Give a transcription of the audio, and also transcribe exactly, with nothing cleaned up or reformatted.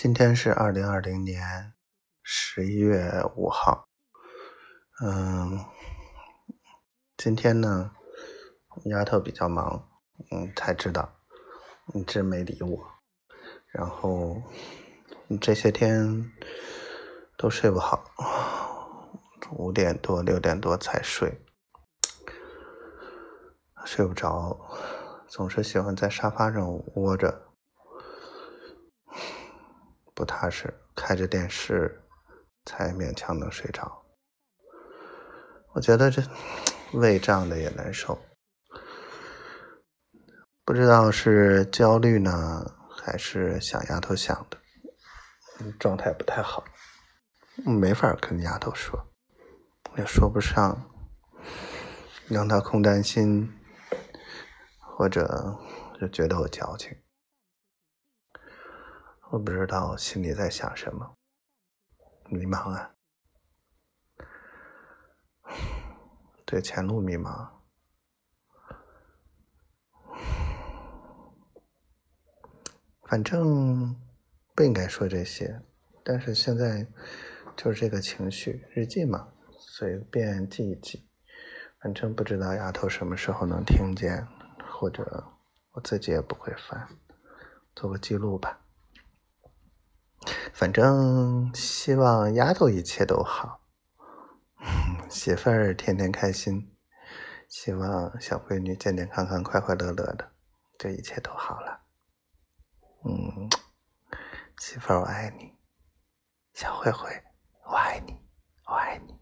今天是二零二零年十一月五号。嗯，今天呢，丫头比较忙，嗯，才知道，一直没理我。然后这些天都睡不好，五点多六点多才睡，睡不着，总是喜欢在沙发上窝着，不踏实，开着电视才勉强能睡着。我觉得这胃胀的也难受，不知道是焦虑呢，还是想丫头想的，状态不太好，没法跟丫头说，也说不上，让她空担心，或者就觉得我矫情。我不知道心里在想什么，迷茫啊，对前路迷茫。反正不应该说这些，但是现在就是这个情绪，日记嘛，随便记一记。反正不知道丫头什么时候能听见，或者我自己也不会翻，做个记录吧。反正希望丫头一切都好，媳妇儿天天开心，希望小闺女健健康康快快乐乐的，这一切都好了。嗯，媳妇儿我爱你，小慧慧我爱你，我爱你。